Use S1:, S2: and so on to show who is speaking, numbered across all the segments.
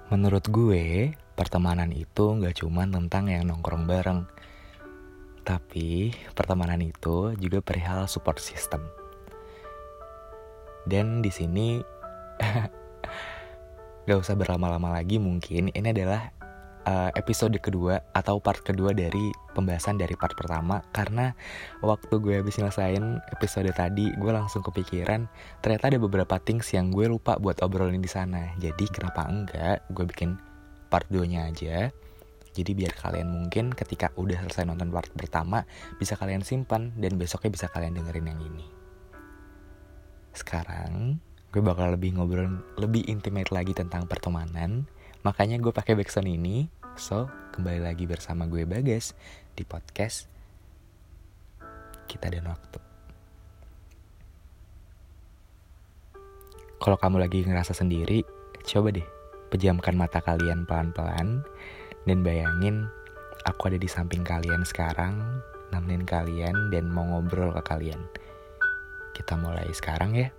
S1: Menurut gue, pertemanan itu gak cuma tentang yang nongkrong bareng. Tapi, pertemanan itu juga perihal support system. Dan di sini gak usah berlama-lama lagi, mungkin ini adalah episode kedua atau part kedua dari pembahasan dari part pertama. Karena waktu gue habis nyelesain episode tadi, gue langsung kepikiran ternyata ada beberapa things yang gue lupa buat obrolin di sana. Jadi kenapa enggak gue bikin part 2-nya aja. Jadi biar kalian mungkin ketika udah selesai nonton part pertama bisa kalian simpan dan besoknya bisa kalian dengerin yang ini. Sekarang gue bakal ngobrol lebih intimate lagi tentang pertemanan. Makanya gue pakai backsound ini. So, kembali lagi bersama gue Bagas di podcast Kita dan Waktu. Kalau kamu lagi ngerasa sendiri, coba deh pejamkan mata kalian pelan-pelan dan bayangin aku ada di samping kalian sekarang, nemenin kalian dan mau ngobrol ke kalian. Kita mulai sekarang ya.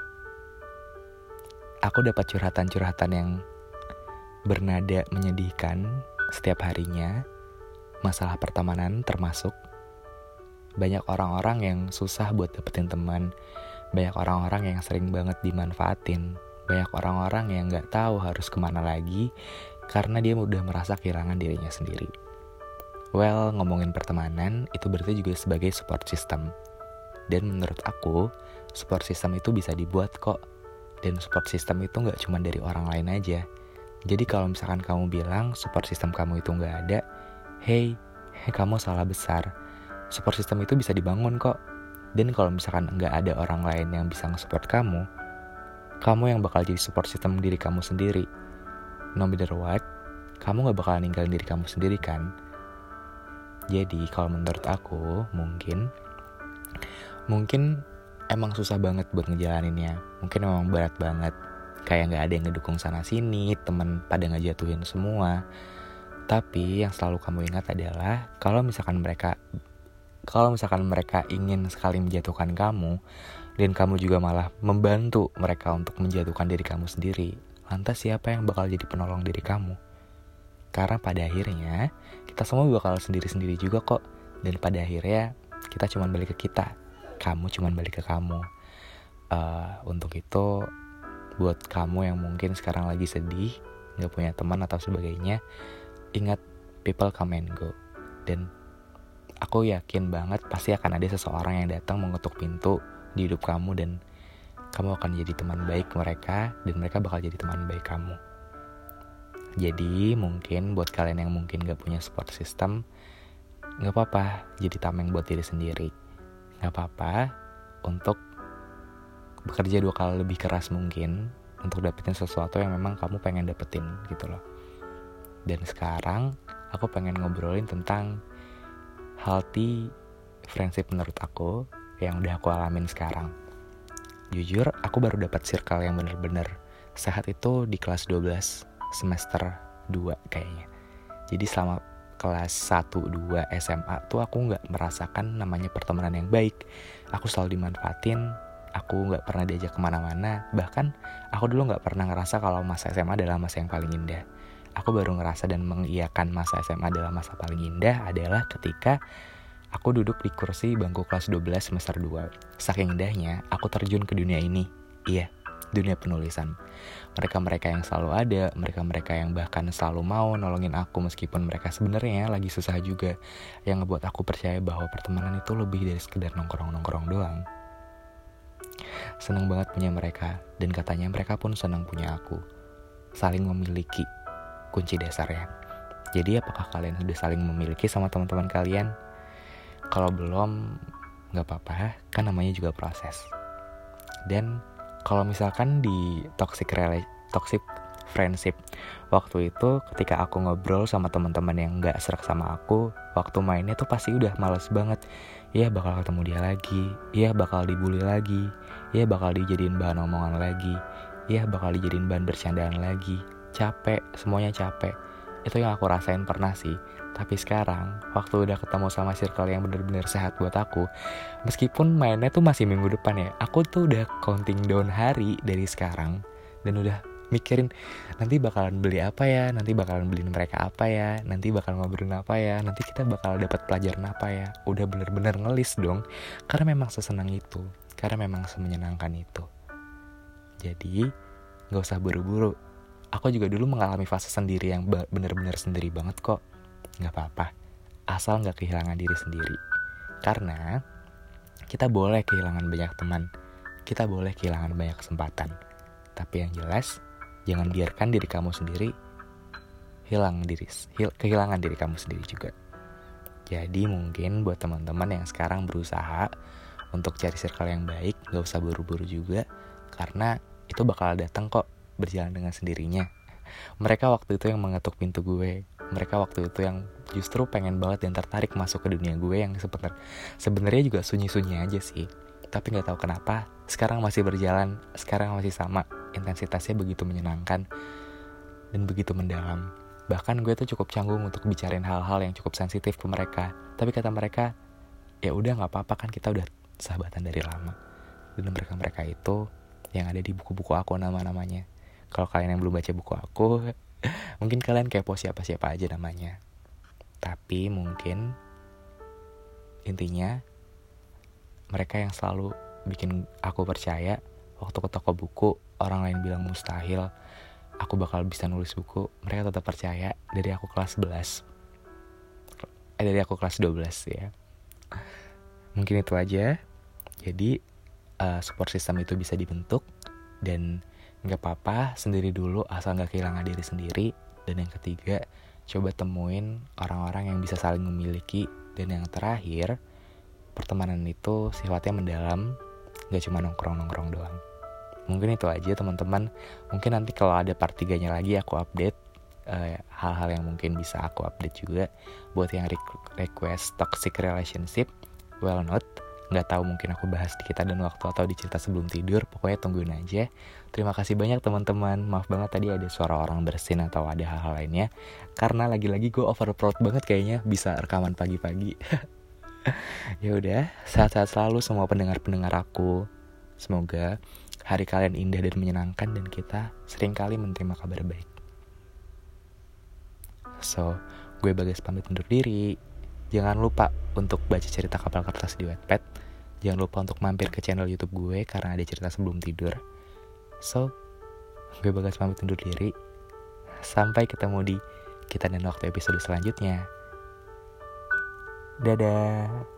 S1: Aku dapat curhatan-curhatan yang bernada menyedihkan setiap harinya. Masalah pertemanan termasuk. Banyak orang-orang yang susah buat dapetin teman. Banyak orang-orang yang sering banget dimanfaatin. Banyak orang-orang yang gak tahu harus kemana lagi karena dia udah merasa kehilangan dirinya sendiri. Well, ngomongin pertemanan itu berarti juga sebagai support system. Dan menurut aku, support system itu bisa dibuat kok. Dan support system itu gak cuma dari orang lain aja. Jadi kalau misalkan kamu bilang support system kamu itu gak ada, hey, kamu salah besar. Support system itu bisa dibangun kok. Dan kalau misalkan gak ada orang lain yang bisa nge-support kamu yang bakal jadi support system diri kamu sendiri. No matter what, kamu gak bakal ninggalin diri kamu sendiri kan. Jadi kalau menurut aku mungkin emang susah banget buat ngejalaninnya. Mungkin emang berat banget. Kayak gak ada yang ngedukung sana sini, temen pada ngejatuhin semua. Tapi yang selalu kamu ingat adalah kalau misalkan mereka ingin sekali menjatuhkan kamu, dan kamu juga malah membantu mereka untuk menjatuhkan diri kamu sendiri, lantas siapa yang bakal jadi penolong diri kamu? Karena pada akhirnya kita semua bakal sendiri-sendiri juga kok. Dan pada akhirnya kita cuman balik ke kita, kamu cuman balik ke kamu. Untuk itu, buat kamu yang mungkin sekarang lagi sedih, gak punya teman atau sebagainya, ingat, people come and go. Dan aku yakin banget pasti akan ada seseorang yang datang mengetuk pintu di hidup kamu, dan kamu akan jadi teman baik mereka, dan mereka bakal jadi teman baik kamu. Jadi mungkin buat kalian yang mungkin gak punya support system, gak apa-apa jadi tameng buat diri sendiri. Gak apa-apa untuk bekerja 2 kali lebih keras mungkin untuk dapetin sesuatu yang memang kamu pengen dapetin gitu loh. Dan sekarang aku pengen ngobrolin tentang healthy friendship menurut aku yang udah aku alamin sekarang. Jujur, aku baru dapat circle yang bener-bener sehat itu di kelas 12 semester 2 kayaknya. Jadi selama kelas 1-2 SMA tuh aku gak merasakan namanya pertemanan yang baik. Aku selalu dimanfaatin, aku gak pernah diajak kemana-mana. Bahkan aku dulu gak pernah ngerasa kalau masa SMA adalah masa yang paling indah. Aku baru ngerasa dan mengiyakan masa SMA adalah masa paling indah adalah ketika aku duduk di kursi bangku kelas 12 semester 2. Saking indahnya, aku terjun ke dunia ini. Iya, dunia penulisan. Mereka-mereka yang selalu ada, mereka-mereka yang bahkan selalu mau nolongin aku meskipun mereka sebenarnya lagi susah juga. Yang ngebuat aku percaya bahwa pertemanan itu lebih dari sekedar nongkrong-nongkrong doang. Seneng banget punya mereka, dan katanya mereka pun senang punya aku. Saling memiliki, kunci dasarnya. Jadi apakah kalian sudah saling memiliki sama teman-teman kalian? Kalau belum, gak apa-apa, kan namanya juga proses. Dan kalau misalkan di toxic friendship, waktu itu ketika aku ngobrol sama teman-teman yang gak serak sama aku, waktu mainnya tuh pasti udah males banget. Iya bakal ketemu dia lagi, iya bakal dibully lagi, iya bakal dijadiin bahan omongan lagi, iya bakal dijadiin bahan bercandaan lagi. Capek, semuanya capek. Itu yang aku rasain pernah sih. Tapi sekarang, waktu udah ketemu sama circle yang bener-bener sehat buat aku, meskipun mainnya tuh masih minggu depan ya, aku tuh udah counting down hari dari sekarang. Dan udah mikirin nanti bakalan beli apa ya, nanti bakalan beliin mereka apa ya, nanti bakal ngobrolin apa ya, nanti kita bakal dapat pelajaran apa ya. Udah bener-bener ngelis dong, karena memang sesenang itu, karena memang semenyenangkan itu. Jadi gak usah buru-buru. Aku juga dulu mengalami fase sendiri yang bener-bener sendiri banget kok. Gak apa-apa, asal gak kehilangan diri sendiri. Karena kita boleh kehilangan banyak teman, kita boleh kehilangan banyak kesempatan, tapi yang jelas jangan biarkan diri kamu sendiri kehilangan diri kamu sendiri juga. Jadi mungkin buat teman-teman yang sekarang berusaha untuk cari circle yang baik, gak usah buru-buru juga, karena itu bakal datang kok berjalan dengan sendirinya. Mereka waktu itu yang mengetuk pintu gue, mereka waktu itu yang justru pengen banget dan tertarik masuk ke dunia gue yang sebenarnya juga sunyi-sunyi aja sih. Tapi gak tahu kenapa sekarang masih berjalan, sekarang masih sama, intensitasnya begitu menyenangkan dan begitu mendalam. Bahkan gue tuh cukup canggung untuk bicarain hal-hal yang cukup sensitif ke mereka. Tapi kata mereka, ya udah nggak apa-apa kan kita udah sahabatan dari lama. Dan mereka itu yang ada di buku-buku aku nama-namanya. Kalau kalian yang belum baca buku aku, mungkin kalian kepo siapa-siapa aja namanya. Tapi mungkin intinya mereka yang selalu bikin aku percaya. Waktu ke toko buku orang lain bilang mustahil aku bakal bisa nulis buku, mereka tetap percaya dari aku kelas 11. Dari aku kelas 12 ya. Mungkin itu aja. Jadi support system itu bisa dibentuk, dan gak apa-apa sendiri dulu asal gak kehilangan diri sendiri. Dan yang ketiga, coba temuin orang-orang yang bisa saling memiliki. Dan yang terakhir, pertemanan itu sifatnya mendalam, gak cuma nongkrong-nongkrong doang. Mungkin itu aja teman-teman. Mungkin nanti kalau ada part 3-nya lagi aku update hal-hal yang mungkin bisa aku update juga. Buat yang request toxic relationship, well not, gak tahu mungkin aku bahas di Kita dan Waktu atau di Cerita Sebelum Tidur. Pokoknya tungguin aja. Terima kasih banyak teman-teman. Maaf banget tadi ada suara orang bersin atau ada hal-hal lainnya, karena lagi-lagi gue overproud banget kayaknya bisa rekaman pagi-pagi. Ya udah, sehat-sehat selalu semua pendengar-pendengar aku. Semoga hari kalian indah dan menyenangkan, dan kita seringkali menerima kabar baik. So, gue Bagas pamit undur diri. Jangan lupa untuk baca cerita Kapal Kertas di Wattpad. Jangan lupa untuk mampir ke channel YouTube gue karena ada cerita sebelum tidur. So, gue Bagas pamit undur diri. Sampai ketemu di Kita dan Waktu episode selanjutnya. Dadah.